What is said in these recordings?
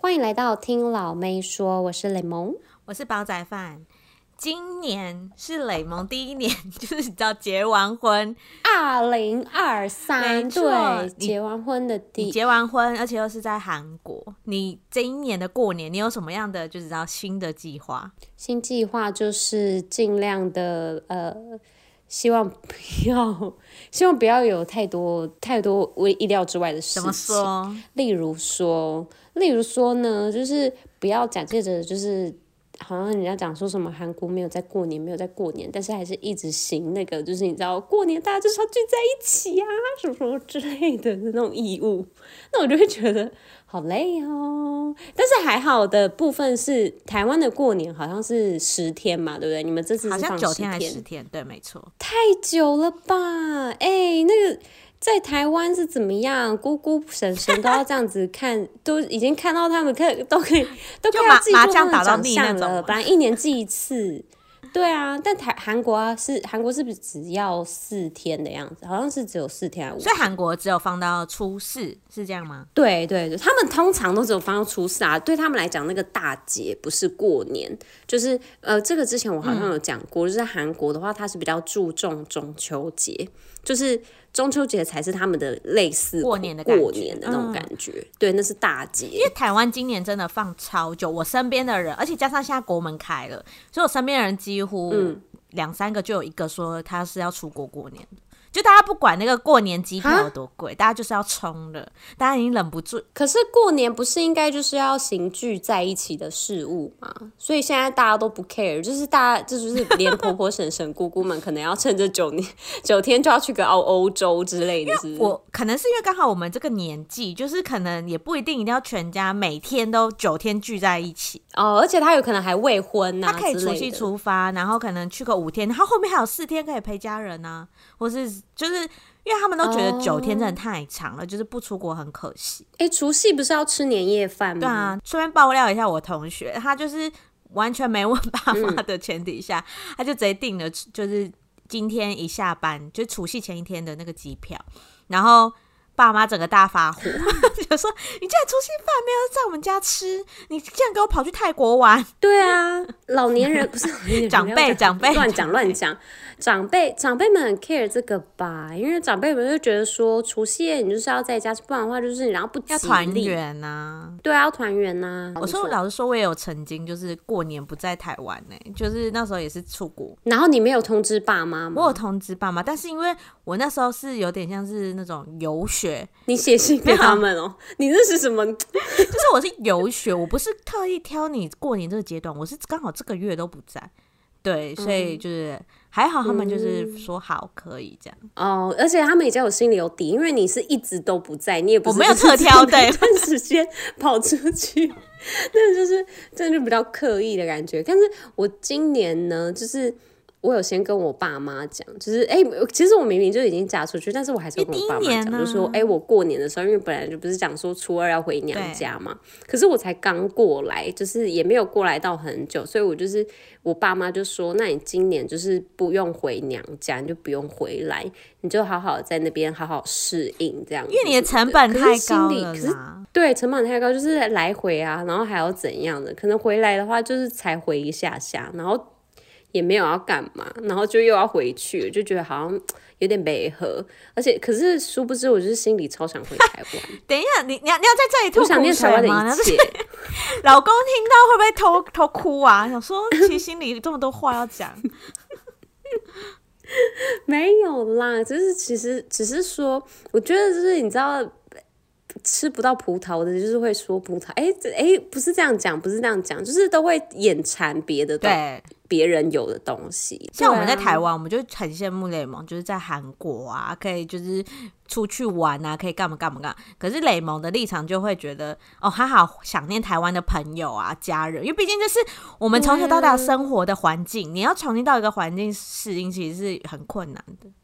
欢迎来到听老妹说，我是雷蒙， 我是煲仔饭。今年是雷蒙第一年，就是你知道结完婚 2023，对，结完婚的你结完婚，而且又是在韩国。你这一年的过年，你有什么样的就是知道新的计划？ 新计划就是尽量的希望不要有太多我意料之外的事情。 怎么说？ 例如说呢，就是不要假借着就是好像人家讲说什么韩国没有在过年，但是还是一直行那个，就是你知道过年大家就是要聚在一起啊，什么什么之类的那种义务，那我就会觉得好累哦。但是还好的部分是台湾的过年好像是10天嘛，对不对？你们这次是放10天， 好像9天还是10天？对，没错。 太久了吧？那个。在台湾是怎么样？姑姑婶婶都要这样子看，都已经看到他们都可以要记住他们的长相了。本来1年记一次，对啊。但韩国是不是只要4天的样子？好像是只有4天还是5天？ 所以韩国只有放到初4，是这样吗？ 对，他们通常都只有放到初4啊。对他们来讲，那个大节不是过年，就是这个之前我好像有讲过，就是韩国的话，它是比较注重中秋节，就是中秋节才是他们的类似过年的那种感觉，对，那是大节。 因为台湾今年真的放超久，我身边的人，而且加上现在国门开了，所以我身边的人几乎2-3个就有一个说他是要出国过年的。就大家不管那个过年机票有多贵，大家就是要冲了，大家已经忍不住。 可是过年不是应该就是要凝聚在一起的事物吗？所以现在大家都不 care， 就是就是连婆婆婶婶姑姑们可能要趁着9天就要去个欧洲之类的是。 我可能是因为刚好我们这个年纪，就是可能也不一定一定要全家每天都9天聚在一起哦，而且他有可能还未婚啊， 他可以除夕出发，然后可能去个5天，然后后面还有4天可以陪家人啊，或是就是因为他们都觉得9天真的太长了，就是不出国很可惜。 除夕不是要吃年夜饭吗？ 对啊，顺便爆料一下我同学，他就是完全没问爸妈的前提下，他就直接订了，就是今天一下班，就是除夕前一天的那个机票，然后爸妈整个大发火，就说你竟然除夕饭没有在我们家吃，你竟然给我跑去泰国玩。 对啊，老年人不是长辈乱讲，长辈们很 care 这个吧，因为长辈们就觉得说除夕夜你就是要在家吃，不然的话就是你然后不吉利， 要团圆啊。 对啊，要团圆啊。 我说老实说，我也有曾经就是过年不在台湾就是那时候也是出国。 然后你没有通知爸妈吗？ 我有通知爸妈，但是因为我那时候是有点像是那种游学。 你写信给他们哦？你这是什么？ 就是我是游学，我不是特意挑你过年这个阶段，我是刚好这个月都不在。对，所以就是还好，他们就是说好可以这样哦，而且他们也叫我心里有底，因为你是一直都不在，你也不是我没有特挑对一段时间跑出去，那就是真的就比较刻意的感觉。但是我今年呢，就是我有先跟我爸妈讲，就是其实我明明就已经嫁出去，但是我还是跟我爸妈讲，就是说我过年的时候，因为本来就不是讲说初2要回娘家嘛，可是我才刚过来，就是也没有过来到很久，所以我爸妈就说，那你今年就是不用回娘家，你就不用回来，你就好好在那边好好适应这样子， 因为你的成本太高了啦。 可是对，成本太高，就是来回啊，然后还要怎样的，可能回来的话就是才回一下下，然后也没有要干嘛，然后就又要回去，就觉得好像有点违和，而且可是殊不知我就是心里超想回台湾。 等一下，你要在这里吐苦水吗？ 的一切老公听到会不会偷哭啊？想说其实心里这么多话要讲。 没有啦，其实只是说，我觉得就是你知道。吃不到葡萄的，就是会说葡萄。不是这样讲，就是都会眼馋别的，对，别人有的东西。 像我们在台湾，我们就很羡慕雷蒙，就是在韩国啊，可以就是出去玩啊，可以干嘛。可是雷蒙的立场就会觉得，他好想念台湾的朋友啊、家人，因为毕竟这是我们从小到大生活的环境，你要重新到一个环境适应，其实是很困难的。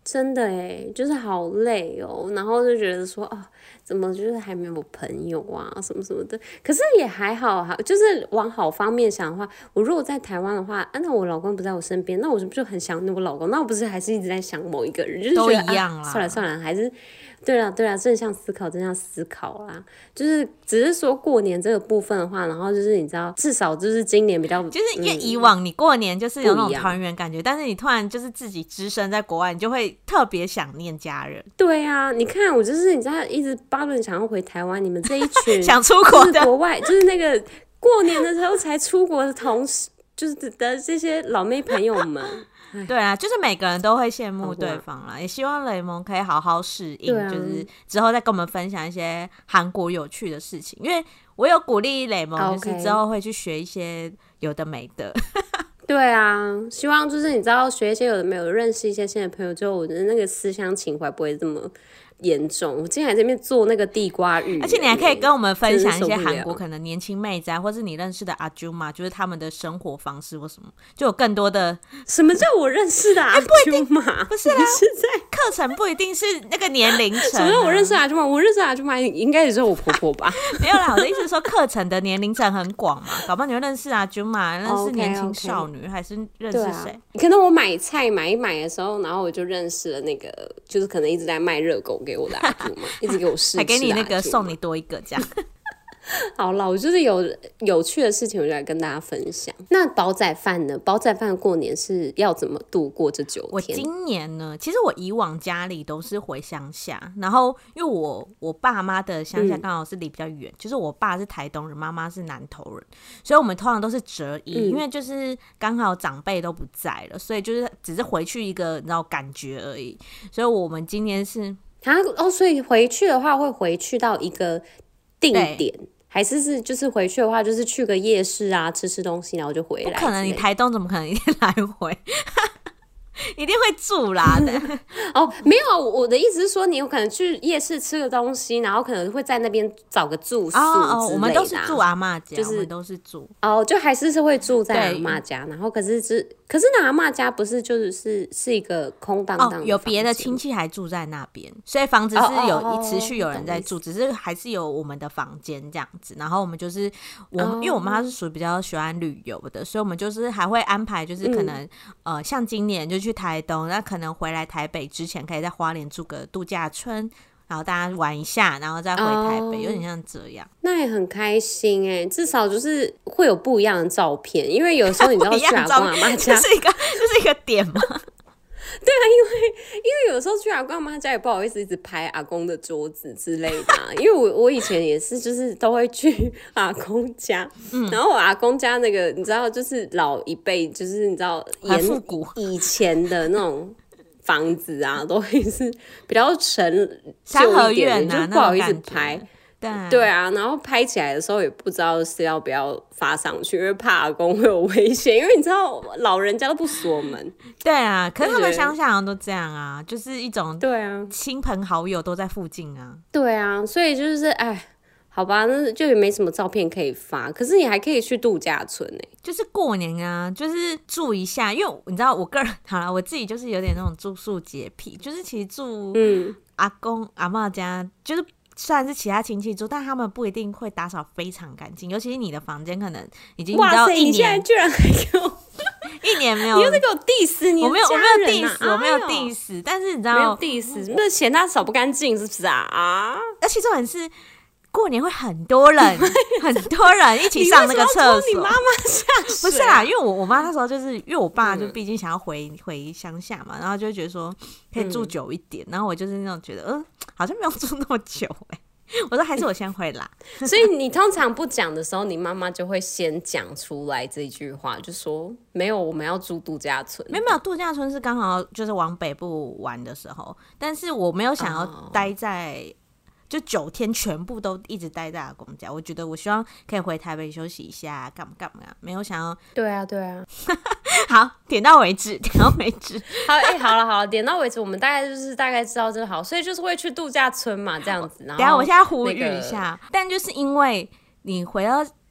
真的哎，就是好累哦，然后就觉得说哦，怎么就是还没有朋友啊，什么什么的。可是也还好，就是往好方面想的话，我如果在台湾的话，那我老公不在我身边，那我是不是就很想我老公？那我不是还是一直在想某一个人，就是觉得都一样啦。 算了算了，还是。对啦，正向思考啦，就是只是说过年这个部分的话，然后就是你知道，至少就是今年比较， 就是因为以往你过年就是有那种团圆感觉，但是你突然就是自己只身在国外，你就会特别想念家人。 对啊，你看我就是你知道，一直巴伦想要回台湾，你们这一群想出国的就是国外，就是那个过年的时候才出国的同事，就是的这些老妹朋友们。 对啊，就是每个人都会羡慕对方啦，也希望雷蒙可以好好适应，就是之后再跟我们分享一些韩国有趣的事情，因为我有鼓励雷蒙，就是之后会去学一些有的没的。 对啊，希望就是你知道学一些有的没有，认识一些新的朋友之后，我的那个思乡情怀不会这么严重。我今天还在那边做那个地瓜芋， 而且你还可以跟我们分享一些韩国可能年轻妹仔，或是你认识的阿朱嘛，就是他们的生活方式或什么，就有更多的。 什么叫我认识的阿朱嘛？ 不是啦， 是在课程不一定是那个年龄层。 什么叫我认识阿朱嘛？我认识阿朱嘛，应该也是我婆婆吧？ 没有啦，我的意思是说课程的年龄层很广嘛，搞不好你会认识阿朱嘛，认识年轻少女，还是认识谁？ 可能我买菜买一买的时候，然后我就认识了那个，就是可能一直在卖热狗给我的阿朱嘛。一直给我试， 还给你那个送你多一个这样。 好了，我就是有趣的事情，我就来跟大家分享。那煲仔饭呢？煲仔饭过年是要怎么度过这9天？ 我今年呢，其实我以往家里都是回乡下，然后因为我爸妈的乡下刚好是离比较远，就是我爸是台东人，妈妈是南投人，所以我们通常都是折衣，因为就是刚好长辈都不在了，所以就是只是回去一个你知道感觉而已。所以我们今年是。 所以回去的话会回去到一个定点，还是就是回去的话就是去个夜市啊，吃东西，然后就回来。 不可能，你台东怎么可能一天来回？一定会住啦的。 没有，我的意思是说，你有可能去夜市吃个东西，然后可能会在那边找个住宿之类的。 我们都是住阿嬷家， 就是我们都是住就还是会住在阿嬷家，然后可是那阿嬷家不是就是一个空荡荡的有别的亲戚还住在那边，所以房子是有持续有人在住，只是还是有我们的房间这样子。然后我们就是因为我妈是属于比较喜欢旅游的，所以我们就是还会安排，就是可能像今年就去台东，那可能回来台北之前可以在花莲住个度假村，然后大家玩一下，然后再回台北，有点像这样。 那也很开心欸，至少就是会有不一样的照片，因为有时候你知道去阿公阿嬷家， 这是一个点吗？ 对啊，因为有时候去阿公阿嬷家也不好意思一直拍阿公的桌子之类的因为我以前也是就是都会去阿公家，然后我阿公家那个你知道就是老一辈，就是你知道很复古以前的那种房子啊，都会是比较陈三合旧一点的， 院啊， 就不好意思拍。 对啊，然后拍起来的时候也不知道是要不要发上去，因为怕阿公会有危险，因为你知道老人家都不锁门。 对啊，可是他们乡下好像都这样啊，就是一种对啊， 亲朋好友都在附近啊。 对啊，所以就是好吧，那就也没什么照片可以发，可是你还可以去度假村就是过年啊，就是住一下，因为你知道我个人好了，我自己就是有点那种住宿洁癖，就是其实住阿公阿嬷家就是。虽然是其他亲戚住，但他们不一定会打扫非常干净，尤其是你的房间可能已经哇塞， 你现在居然还给我 1年没有， 你又在给我 diss 你的家人啊？ 我没有 diss，但是你知道没有 diss，那嫌他扫不干净是不是啊？ 而且重点是过年会很多人一起上那个厕所。 你妈妈下水？ 不是啦，因为我妈那时候就是因为我爸就毕竟想要回乡下嘛，然后就会觉得说可以住久一点，然后我就是那种觉得好像没有住那么久我说还是我先回来。 所以你通常不讲的时候，你妈妈就会先讲出来这一句话，就说没有，我们要住度假村。 没有，度假村是刚好就是往北部玩的时候，但是我没有想要待在。就9天全部都一直待在阿公家，我觉得我希望可以回台北休息一下，干嘛，没有想要。 对啊， 好，点到为止。 好了，点到为止，我们大概知道就好，所以就是会去度假村嘛，这样子。然后等一下我现在呼吁一下，但就是因为你回到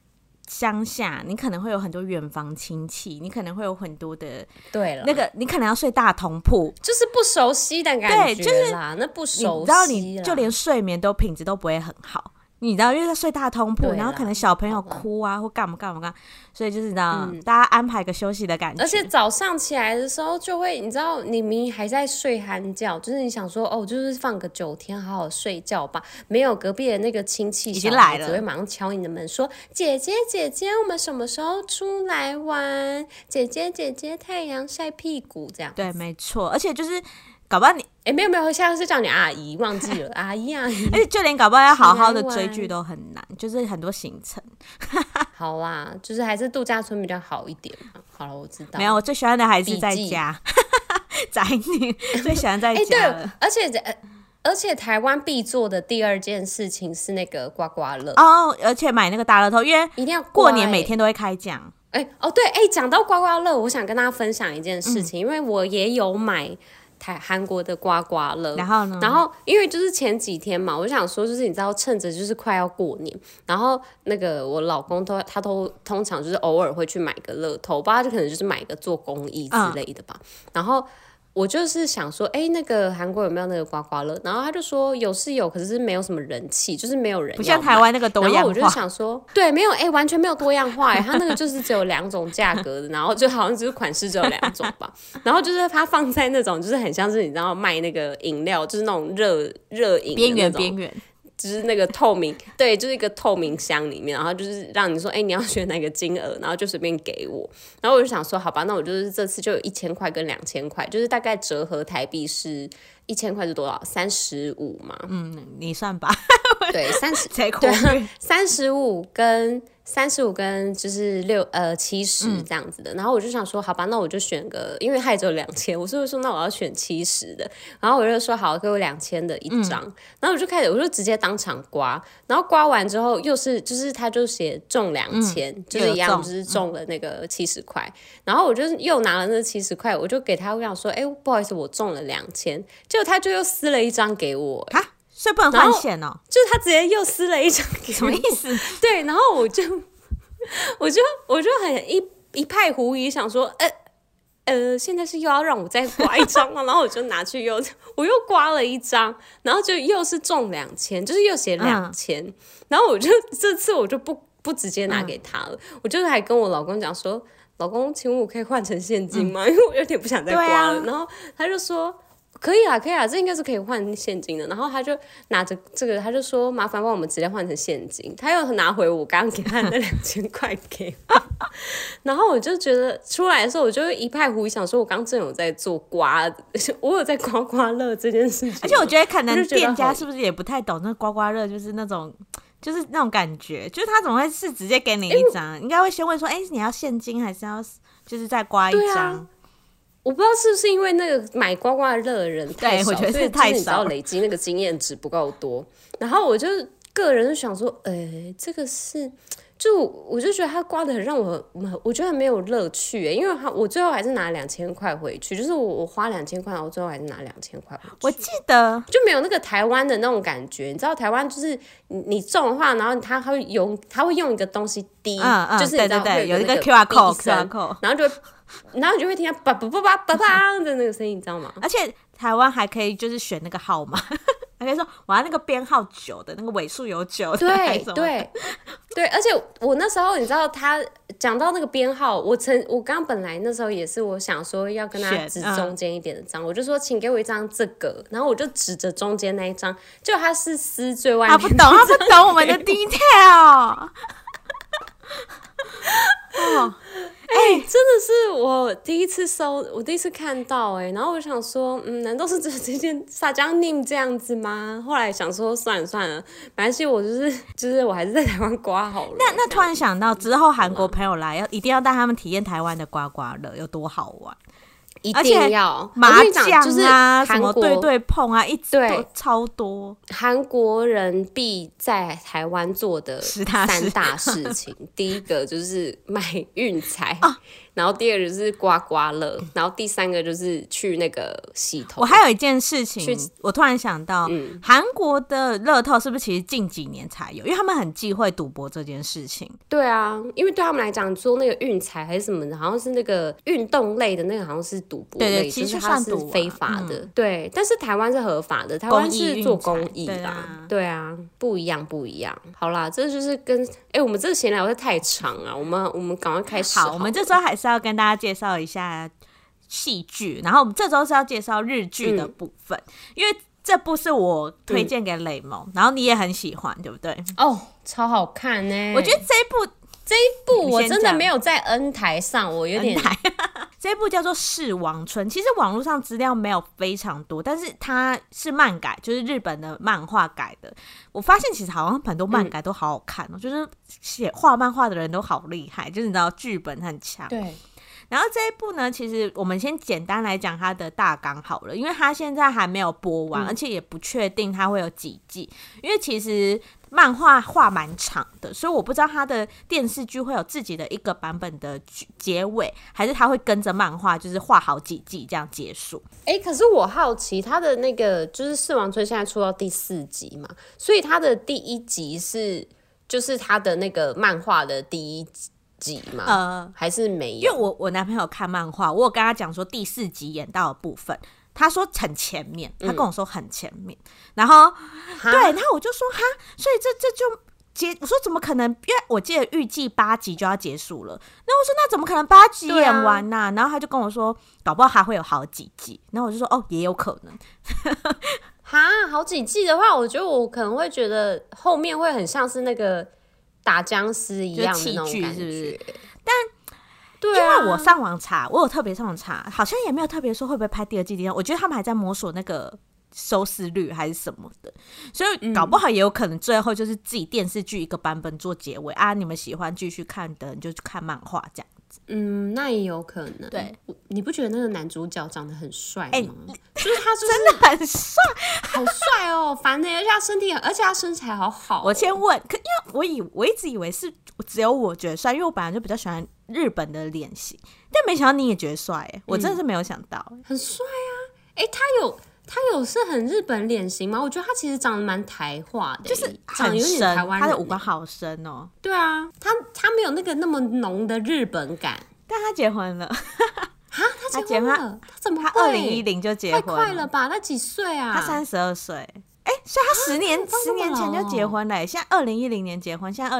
乡下，你可能会有很多远房亲戚，你可能会有很多的对了， 那个，你可能要睡大同铺， 就是不熟悉的感觉啦，那不熟悉啦， 你知道，你就连睡眠品质都不会很好。你知道，因为他睡大通铺，然后可能小朋友哭啊，或干嘛，所以就是你知道，大家安排个休息的感觉。 而且早上起来的时候，就会你知道，你明明还在睡酣觉，就是你想说，就是放个9天，好好睡觉吧。没有，隔壁的那个亲戚已经来了， 只会马上敲你的门，说：“姐姐，我们什么时候出来玩？姐姐，太阳晒屁股。”这样。 对，没错，而且就是。搞不好你没有，现在是叫你阿姨，忘记了阿姨。而且就连搞不好要好好的追剧都很难，就是很多行程。 好啦，就是还是度假村比较好一点嘛。好了，我知道。 没有，我最喜欢的还是在家。宅女最喜欢在家了。 对，而且台湾必做的第2件事情是那个刮刮乐哦，而且买那个大乐透，因为一定要过年每天都会开奖。 对，讲到刮刮乐，我想跟大家分享一件事情，因为我也有买。韩国的刮刮乐， 然后呢？ 然后因为就是前几天嘛，我就想说，就是你知道，趁着就是快要过年，然后那个我老公他都通常就是偶尔会去买个乐透，不然他就可能就是买个做公益之类的吧。然后我就是想说，那个韩国有没有那个刮刮乐？然后他就说有是有，可是没有什么人气，就是没有人要买， 不像台湾那个多样化。 然后我就想说，对，没有，完全没有多样化，他那个就是只有2种价格的，然后就好像就是款式只有2种吧。然后就是它放在那种，就是很像是你知道卖那个饮料，就是那种热饮边缘。 就是那个透明，对，就是一个透明箱里面，然后就是让你说，你要选哪个金额，然后就随便给我。然后我就想说，好吧，那我就是这次就有1000块跟2000块，就是大概折合台币是1000块是多少？35嘛。 你算吧。 对，30，对，35跟就是70这样子的。然后我就想说，好吧，那我就选个，因为它也只有2000，我是说那我要选70的。然后我就说好，给我2000的一张。然后我就直接当场刮，然后刮完之后就是他就写中2000，就是一样，就是中了那个70块。然后我就又拿了那70块，我就给他，我想说，不好意思，我中了2000，结果他就又撕了一张给我。 所以不能换线哦， 就是他直接又撕了一张给我， 什么意思？ 对，然后我就很一派狐疑，想说，现在是又要让我再刮一张吗？然后我就拿去我又刮了一张，然后就又是中2000，就是又写2000，然后这次我就不直接拿给他了，我就还跟我老公讲说，老公，请问我可以换成现金吗？因为我有点不想再刮了。然后他就说。可以啦，这应该是可以换现金的。然后他就拿着这个，他就说麻烦帮我们直接换成现金。他又拿回我刚刚给他的那2000块给我。然后我就觉得出来的时候，我就一派狐疑，想说我刚正有在做我有在刮刮乐这件事情。 而且我觉得可能店家是不是也不太懂那刮刮乐，就是那种感觉，就是他怎么会是直接给你一张？应该会先问说，你要现金还是要就是再刮一张？ 我不知道是不是因为那个买刮刮乐的人太少， 我觉得是太少， 所以你知道累积那个经验值不够多。然后我就个人就想说，这个是，我就觉得他刮的很让我觉得没有乐趣，因为我最后还是拿2000块回去，就是我花2000块，我最后还是拿2000块回去。 我记得就没有那个台湾的那种感觉，你知道台湾就是你中的话，然后他会用一个东西滴，就是你知道对，有一个 QR code， 然后你就会听到叭叭叭叭叭叭的那个声音，你知道吗？ 而且台湾还可以就是选那个号码，还可以说我要那个编号9的那个尾数有9的， 对，而且我那时候你知道他讲到那个编号，我刚本来那时候也是我想说要跟他指中间一点的章，我就说请给我一张这个，然后我就指着中间那一张，就他是撕最外面， 他不懂我们的 detail。 真的是我第一次看到然后我想说，难道是这件撒娇 name 这样子吗？后来想说算了，没关系，我就是我还是在台湾刮好了。 那突然想到，之后韩国朋友来，一定要带他们体验台湾的刮刮乐有多好玩。 一定要麻将就是什么对碰啊，一直都超多。 韩国人必在台湾做的3大事情，第一个就是买运彩， 然后第二个就是刮刮乐，然后第三个就是去那个洗头。 我还有一件事情，我突然想到，韩国的乐透是不是其实近几年才有？因为他们很忌讳赌博这件事情。 对啊，因为对他们来讲，说那个运彩还是什么的，好像是那个运动类的那个，好像是赌博类， 对，其实它是非法的。对，但是台湾是合法的，台湾是做公益啦。对啊，不一样。好啦，这就是跟我们这个闲聊会太长啊，我们赶快开始。 好，我们这周还是要跟大家介绍一下戏剧，然后我们这周是要介绍日剧的部分，因为这部是我推荐给雷蒙，然后你也很喜欢，对不对？ 哦，超好看呢！ 我觉得这一部我真的没有在 N 台上，我有点这一部叫做《噬王村》，其实网络上资料没有非常多，但是它是漫改，就是日本的漫画改的。我发现其实好像很多漫改都好好看哦，就是画漫画的人都好厉害，就是你知道剧本很强。 对。 然后这一部呢，其实我们先简单来讲它的大纲好了，因为它现在还没有播完，而且也不确定它会有几季，因为其实漫画画蛮长的，所以我不知道它的电视剧会有自己的一个版本的结尾，还是它会跟着漫画就是画好几季这样结束。 可是我好奇它的那个就是《噬王村》现在出到第4集嘛，所以它的第1集就是它的那个漫画的第1集吗？还是没有？ 因为我男朋友看漫画，我有跟他讲说第4集演到的部分，他说很前面，他跟我说很前面，然后对，然后我就说哈，所以这就我说怎么可能？因为我记得预计8集就要结束了，那我说那怎么可能8集演完呢？然后他就跟我说，搞不好还会有好几季，然后我就说哦，也有可能。 哈，好几季的话，我觉得我可能会觉得后面会很像是那个打僵尸一样的那种感觉，是不是？ 但对啊， 因为我上网查，我有特别上网查，好像也没有特别说会不会拍第2季。我觉得他们还在摸索那个收视率还是什么的，所以搞不好也有可能最后就是自己电视剧一个版本做结尾啊。你们喜欢继续看的，你就去看漫画这样子。 那也有可能。 对， 你不觉得那个男主角长得很帅吗？就是他真的很帅， 好帅哦，烦的，而且他身材好好。 我先问，因为我一直以为是只有我觉得帅，因为我本来就比较喜欢日本的脸型，但没想到你也觉得帅，我真的是没有想到， 很帅啊！他有是很日本脸型吗？我觉得他其实长得蛮台化的， 就是长得有点台湾人， 他的五官好深哦。 对啊，他没有那个那么浓的日本感， 但他结婚了。 啊，他结婚了？他怎么会？ 他2010就结婚了， 太快了吧？他几岁啊？ 他32岁。所以他10年前就结婚了，现在2010年结婚，现在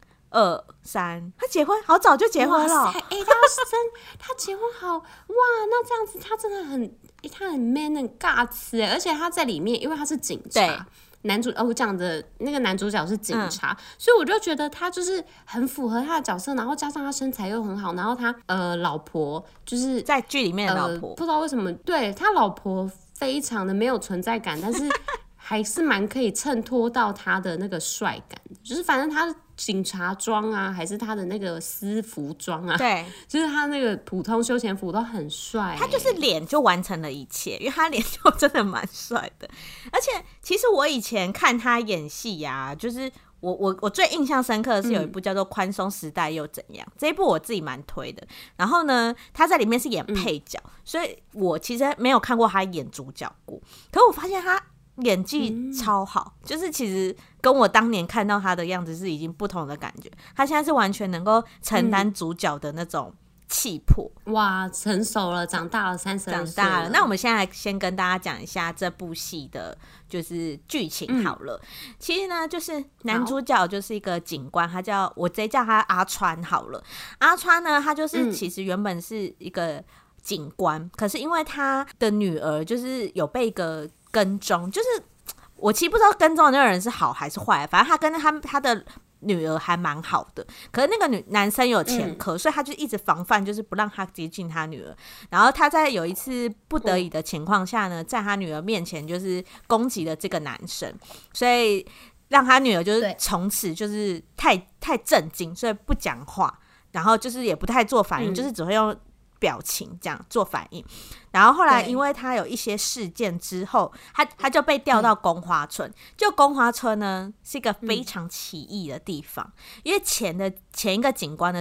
2023，他结婚好早就结婚了。 他结婚好哇！那这样子他真的他很 man 很尬词，而且他在里面，因为他是警察。我讲的那个男主角是警察，所以我就觉得他就是很符合他的角色，然后加上他身材又很好，然后他老婆就是在剧里面的老婆， 不知道为什么对他老婆非常的没有存在感，但是还是蛮可以衬托到他的那个帅感，就是反正他的警察装啊，还是他的那个私服装啊， 对， 就是他那个普通休闲服都很帅， 他就是脸就完成了一切，因为他脸就真的蛮帅的。而且其实我以前看他演戏啊，就是我最印象深刻的是有一部叫做《宽松时代又怎样》，这一部我自己蛮推的。然后呢，他在里面是演配角，所以我其实没有看过他演主角过，可我发现他演技超好，就是其实跟我当年看到他的样子是已经不同的感觉。他现在是完全能够承担主角的那种气魄。 哇，成熟了，长大了，32岁了， 长大了。那我们现在先跟大家讲一下这部戏的就是剧情好了。其实呢，就是男主角就是一个警官，我直接叫他阿川好了。阿川呢，他就是其实原本是一个警官，可是因为他的女儿就是有被一个跟踪，就是我其实不知道跟踪的那个人是好还是坏，反正他跟他的女儿还蛮好的，可是那个男生有前科，所以他就一直防范，就是不让他接近他女儿。然后他在有一次不得已的情况下呢，在他女儿面前就是攻击了这个男生，所以让他女儿就是从此就是太震惊，所以不讲话，然后就是也不太做反应，就是只会用表情这样做反应。然后后来因为他有一些事件之后，他就被调到宫花村。就宫花村呢是一个非常奇异的地方，因为前一个警官呢是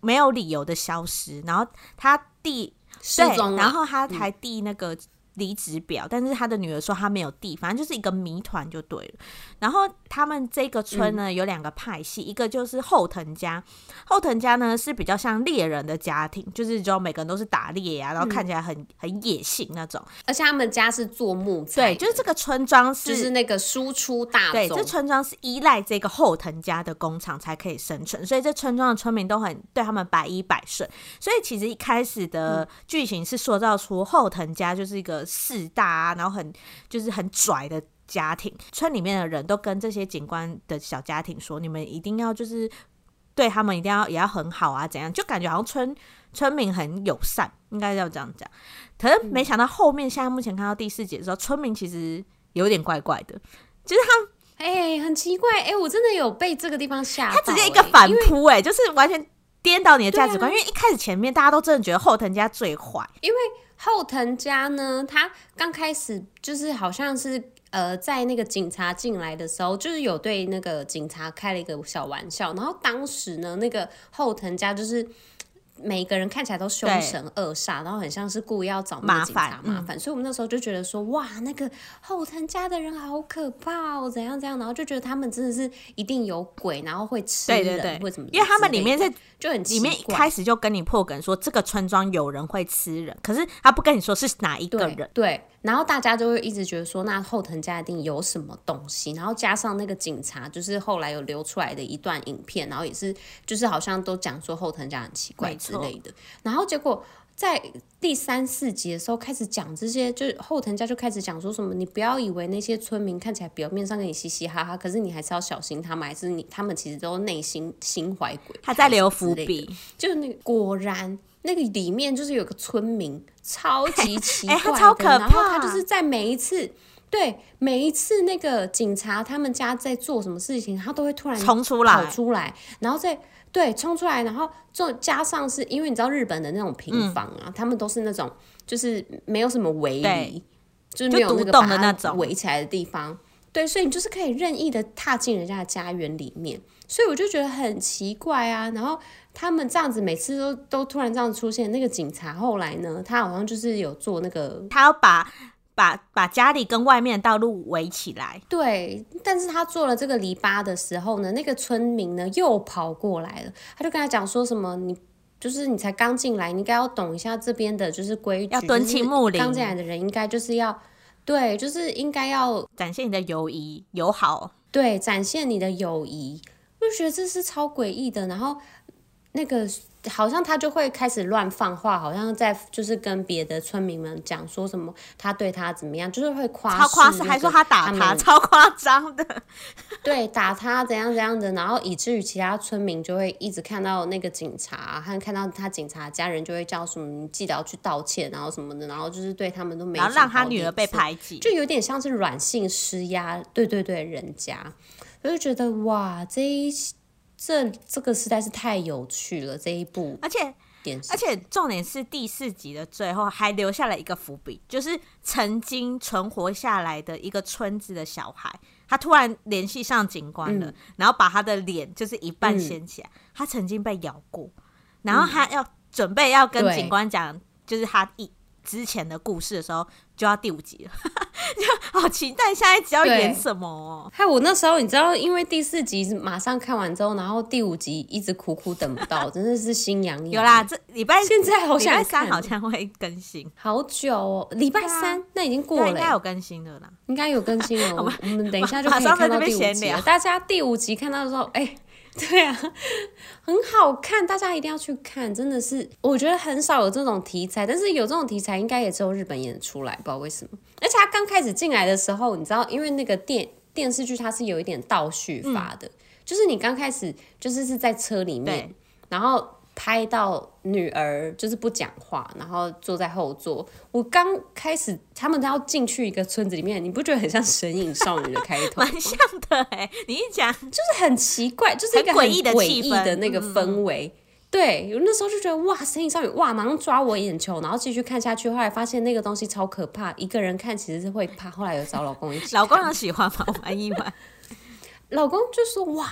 没有理由的消失，然后他递失踪了， 然后他还递那个离职表，但是他的女儿说他没有递，反正就是一个谜团就对了。然后他们这个村呢有2个派系，一个就是后藤家，后藤家呢是比较像猎人的家庭，就是就每个人都是打猎啊，然后看起来很野性那种， 而且他们家是做木材对，就是这个村庄就是那个输出大众， 对，这村庄是依赖这个后藤家的工厂才可以生存，所以这村庄的村民都很对他们百依百顺，所以其实一开始的剧情是塑造出后藤家就是一个势大啊，然后就是很拽的家庭，村里面的人都跟这些警官的小家庭说，你们一定要就是对他们一定要也要很好啊，怎样，就感觉好像村民很友善，应该要这样讲。可是没想到后面现在目前看到第4集的时候，村民其实有点怪怪的，就是他很奇怪，我真的有被这个地方吓到， 他直接一个反扑，就是完全颠倒你的价值观，因为一开始前面大家都真的觉得后藤家最坏， 因为后藤家呢，他刚开始就是好像是在那个警察进来的时候，就是有对那个警察开了一个小玩笑，然后当时呢，那个后藤家就是每个人看起来都凶神恶煞，然后很像是故意要找那个警察麻烦，所以我们那时候就觉得说，哇，那个后藤家的人好可怕哦，怎样怎样，然后就觉得他们真的是一定有鬼，然后会吃人，或什么， 因为他们里面就很奇怪， 里面一开始就跟你破梗说这个村庄有人会吃人，可是他不跟你说是哪一个人， 对，然后大家就会一直觉得说，那后藤家一定有什么东西，然后加上那个警察，就是后来有流出来的一段影片，然后也是就是好像都讲说后藤家很奇怪之类的，然后结果在第3、4集的时候开始讲这些，就是后藤家就开始讲说什么，你不要以为那些村民看起来表面上跟你嘻嘻哈哈，可是你还是要小心他们，还是他们其实都内心心怀鬼胎， 他在留伏笔， 就那个果然。那个里面就是有个村民，超级奇怪的， 他超可怕， 然后他就是在每一次那个警察他们家在做什么事情，他都会突然冲出来， 跑出来，然后冲出来，然后就加上是因为你知道日本的那种平房啊，他们都是那种就是没有什么围篱，就是没有那个把它围起来的地方，对，所以你就是可以任意的踏进人家的家园里面，所以我就觉得很奇怪啊。然后他们这样子每次都突然这样出现，那个警察后来呢，他好像就是有做那个， 他要把家里跟外面的道路围起来， 对，但是他做了这个篱笆的时候呢，那个村民呢又跑过来了，他就跟他讲说什么就是你才刚进来，你应该要懂一下这边的就是规矩， 要敦亲睦邻， 刚进来的人应该就是要。对，就是应该要展现你的友好， 对，展现你的友谊，我就觉得这是超诡异的。然后那个好像他就会开始乱放话，好像在就是跟别的村民们讲说什么他对他怎么样，就是会夸饰， 还说他打他，超夸张的。 对，打他怎样怎样的，然后以至于其他村民就会一直看到那个警察，和看到他警察家人就会叫什么你记得要去道歉，然后什么的，然后就是对他们都没什么好脸色， 然后让他女儿被排挤， 就有点像是软性施压，对，人家，我就觉得哇，这个实在是太有趣了，这一部， 而且重点是第4集的最后还留下了一个伏笔，就是曾经存活下来的一个村子的小孩，他突然联系上警官了，然后把他的脸就是一半掀起来，他曾经被咬过，然后他要准备要跟警官讲，就是他之前的故事的时候，就要第5集了，就好期待下一集要演什么哦！ 害我那时候你知道，因为第4集马上看完之后，然后第5集一直苦等不到，真的是心痒痒。 有啦，这现在好想看， 礼拜3好像会更新， 好久哦，礼拜3、那已经过了， 应该有更新了啦， 应该有更新了。我们等一下就可以看到第5集了。大家第5集看到的时候，对啊，很好看，大家一定要去看，真的是，我觉得很少有这种题材，但是有这种题材应该也只有日本演出来，不知道为什么。而且他刚开始进来的时候，你知道，因为那个电视剧它是有一点倒叙法的，就是你刚开始是在车里面，然后拍到女儿就是不讲话，然后坐在后座。我刚开始他们都要进去一个村子里面，你不觉得很像《神隐少女》的开头？ 蛮像的你一讲就是很奇怪，就是一个很诡异的那个氛围。对，我那时候就觉得哇，《神隐少女》哇，马上抓我眼球，然后继续看下去。后来发现那个东西超可怕，一个人看其实是会怕。后来有找老公一起看， 老公有喜欢吗？我蛮意外。 老公就说哇。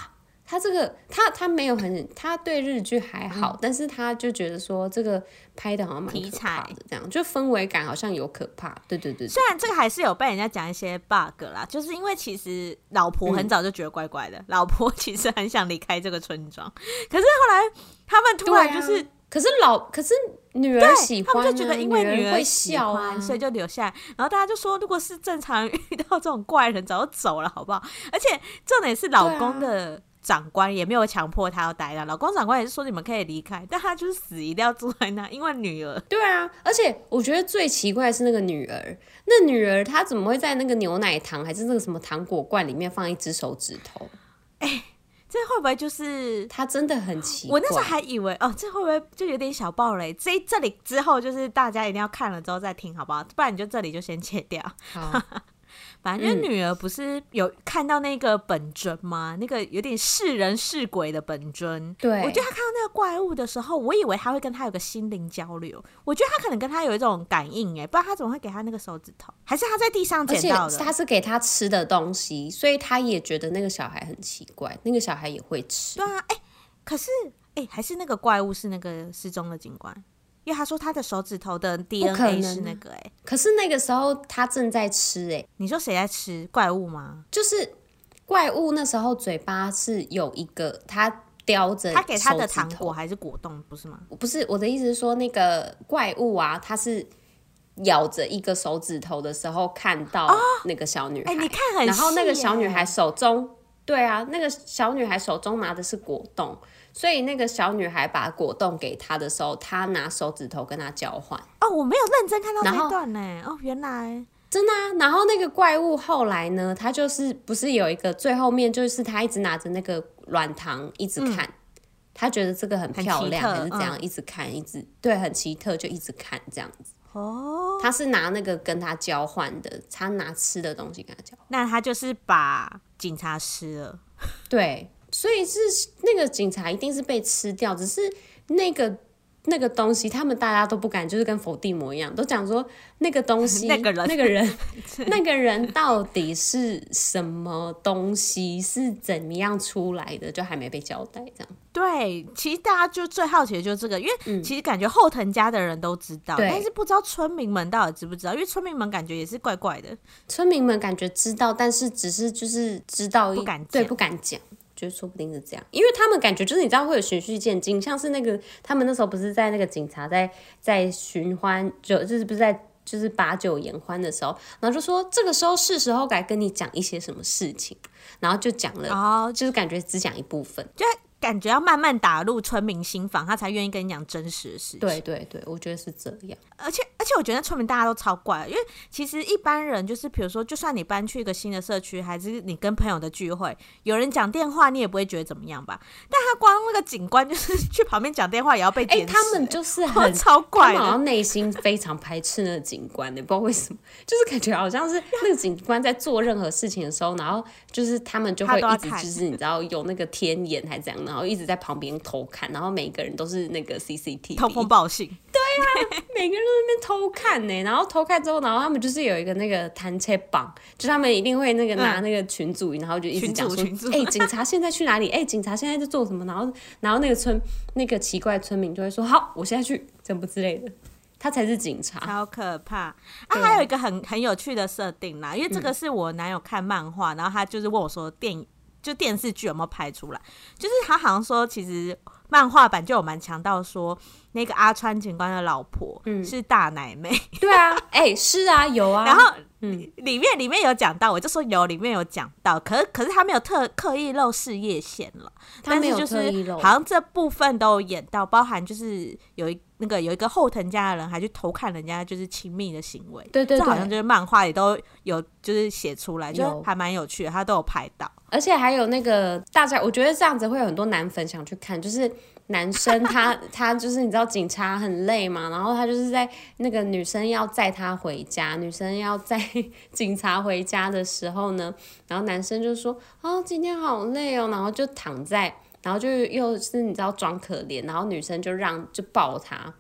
他这个他没有他对日剧还好，但是他就觉得说这个拍的好像蛮可怕的，这样就氛围感好像有可怕。对对对， 虽然这个还是有被人家讲一些 bug 啦，就是因为其实老婆很早就觉得怪怪的，老婆其实很想离开这个村庄，可是后来他们突然就是。 可是女儿喜欢、啊， 他们就觉得因为女儿会笑啊， 所以就留下来。然后大家就说，如果是正常人遇到这种怪人，早就走了，好不好？而且重点是老公的长官也没有强迫他要待了，老公长官也是说你们可以离开，但他就是死一定要住在那，因为女儿。 对啊，而且我觉得最奇怪的是那个女儿，那女儿她怎么会在那个牛奶糖还是那个什么糖果罐里面放一只手指头？ 这会不会就是他真的很奇怪？ 我那时候还以为这会不会就有点小爆雷？这里之后就是大家一定要看了之后再听，好不好？不然你就这里就先切掉。 好。 反正就是女儿不是有看到那个本尊吗？那个有点是人是鬼的本尊。 对， 我觉得他看到那个怪物的时候，我以为他会跟他有个心灵交流。我觉得他可能跟他有一种感应，不然他怎么会给他那个手指头？还是他在地上捡到的？ 而且他是给他吃的东西，所以他也觉得那个小孩很奇怪，那个小孩也会吃。 对啊，可是还是那个怪物是那个失踪的警官。因为他说他的手指头的 DNA 是那个可是那个时候他正在吃你说谁在吃怪物吗？ 就是怪物那时候嘴巴是有一个他叼着， 他给他的糖果还是果冻不是吗？ 不是，我的意思是说那个怪物啊，他是咬着一个手指头的时候看到那个小女孩， 你看很细， 然后那个小女孩手中，对啊，那个小女孩手中拿的是果冻。所以那个小女孩把果冻给他的时候，他拿手指头跟他交换。 我没有认真看到这一段呢。原来真的啊。然后那个怪物后来呢，他就是不是有一个最后面，就是他一直拿着那个软糖一直看，他觉得这个很漂亮还是怎样，一直看，一直对，很奇特，就一直看这样子。他是拿那个跟他交换的，他拿吃的东西跟他交换。 那他就是把警察吃了。 对。所以是那个警察一定是被吃掉，只是那个东西，他们大家都不敢，就是跟伏地魔一样，都讲说那个东西，那个人到底是什么东西，是怎么样出来的，就还没被交代。这样对，其实大家就最好奇的就是这个，因为其实感觉后藤家的人都知道，但是不知道村民们到底知不知道，因为村民们感觉也是怪怪的， 村民们感觉知道，但是只是就是知道不敢讲， 对，不敢讲。就说不定是这样，因为他们感觉就是你知道会有循序渐进，像是那个他们那时候不是在那个警察在寻欢，就是不是在就是把酒言欢的时候，然后就说这个时候是时候该跟你讲一些什么事情，然后就讲了，就是感觉只讲一部分， 就感觉要慢慢打入村民心房，他才愿意跟你讲真实的事情。 对对对，我觉得是这样。 而且我觉得村民大家都超怪，因为其实一般人就是比如说，就算你搬去一个新的社区，还是你跟朋友的聚会，有人讲电话，你也不会觉得怎么样吧？但他光那个警官就是去旁边讲电话，也要被监视。 他们就是超怪的， 他们好像内心非常排斥那个警官的，不知道为什么，就是感觉好像是那个警官在做任何事情的时候，然后就是他们就会一直就是你知道有那个天眼还这样，然后一直在旁边偷看，然后每个人都是那个 CCTV 通风报信。 对啊，每个人都在那边偷看呢，然后偷看之后，然后他们就是有一个那个弹切榜，就他们一定会那个拿那个群组，然后就一直讲说，警察现在去哪里？警察现在在做什么？然后那个奇怪的村民就会说，好，我现在去，怎么之类的。他才是警察， 超可怕还有一个很有趣的设定啦，因为这个是我男友看漫画，然后他就是问我说电视剧有没有拍出来，就是他好像说其实漫画版就有蛮强调说那个阿川警官的老婆是大奶妹。 对啊，是啊，有啊， 然后里面有讲到，我就说有，里面有讲到，可是他没有刻意露事业线了， 他没有特意露， 但是就是好像这部分都有演到，包含就是有一个后藤家的人还去偷看人家就是亲密的行为， 对， 这好像就是漫画里都有就是写出来，就还蛮有趣的，他都有拍到。 而且还有那个大家，我觉得这样子会有很多男粉想去看，就是男生他就是你知道警察很累嘛，然后他就是在那个女生要载他回家，女生要载警察回家的时候呢，然后男生就说今天好累哦，然后就躺在，然后就又是你知道装可怜，然后女生就抱他，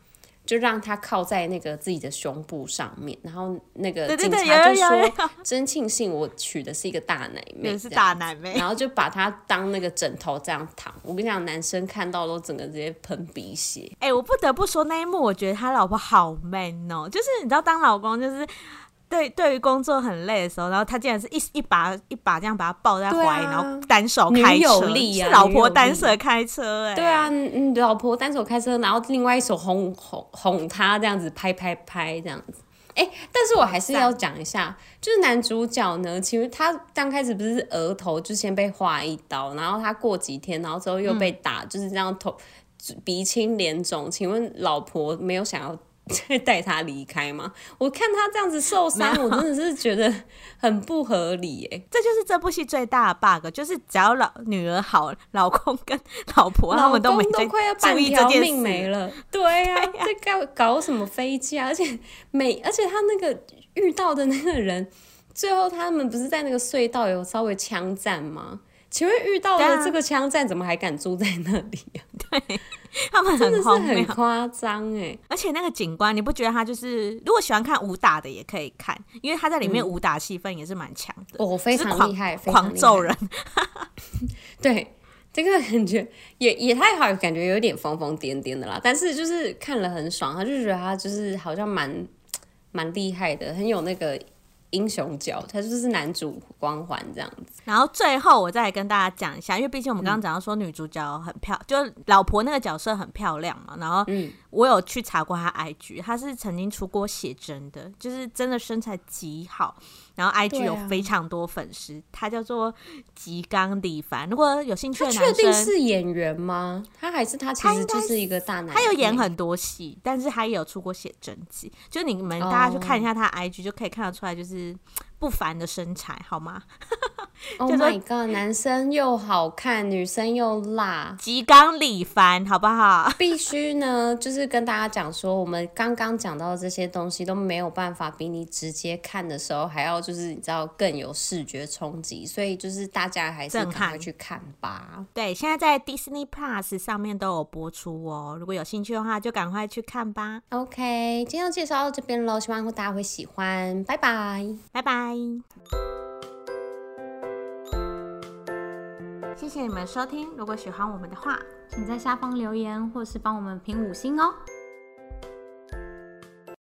就让他靠在那个自己的胸部上面，然后那个对对对警察就有说真庆幸我娶的是一个大奶妹， 是大奶妹， 然后就把他当那个枕头这样躺。我跟你讲，男生看到都整个直接喷鼻血。 我不得不说那一幕，我觉得他老婆好 man 哦，就是你知道当老公就是对于工作很累的时候，然后他竟然是一把这样把他抱在怀里，然后单手开车， 女友力啊， 是老婆单手开车对啊，老婆单手开车，然后另外一手哄他这样子拍这样子。但是我还是要讲一下，就是男主角呢，其实他刚开始不是额头就先被划一刀，然后他过几天，然后之后又被打，就是这样鼻青脸肿。请问老婆没有想要带他离开吗？我看他这样子受伤，我真的是觉得很不合理耶。 这就是这部戏最大的 bug， 就是只要女儿好，老公跟老婆他们都没在注意这件事， 没了。对啊，在搞什么飞机啊？而且他那个遇到的那个人，最后他们不是在那个隧道有稍微枪战吗？请问遇到了这个枪战，怎么还敢住在那里啊？ 对，他们很荒谬， 真的是很夸张哎！ 而且那个警官，你不觉得他就是如果喜欢看武打的也可以看，因为他在里面武打戏份也是蛮强的， 非常厉害， 狂揍人。 对，这个感觉也太好，感觉有点疯疯癫癫的啦。但是就是看了很爽，他就觉得他就是好像蛮厉害的，很有那个英雄角，他就是男主光环这样子。 然后最后我再来跟大家讲一下，因为毕竟我们刚刚讲到说女主角很就老婆那个角色很漂亮嘛，然后我有去查过她 IG， 她是曾经出过写真的，就是真的身材极好，然后 IG 有非常多粉丝，她叫做吉冈里帆。如果有兴趣的男生， 确定是演员吗？他还是他其实就是一个大男人？ 他有演很多戏，但是他也有出过写真集，就你们大家去看一下他 IG 就可以看得出来，就是不凡的身材，好吗 ？Oh my god， 男生又好看，女生又辣， 吉冈里帆，好不好？ 必须呢，就是跟大家讲说，我们刚刚讲到的这些东西都没有办法比你直接看的时候还要，就是你知道更有视觉冲击，所以就是大家还是赶快去看吧。 对，现在在 Disney Plus 上面都有播出哦，如果有兴趣的话，就赶快去看吧。 OK， 今天就介绍到这边咯，希望大家会喜欢，拜拜， 拜拜。谢谢你们收听，如果喜欢我们的话， 请在下方留言或是帮我们评5星哦。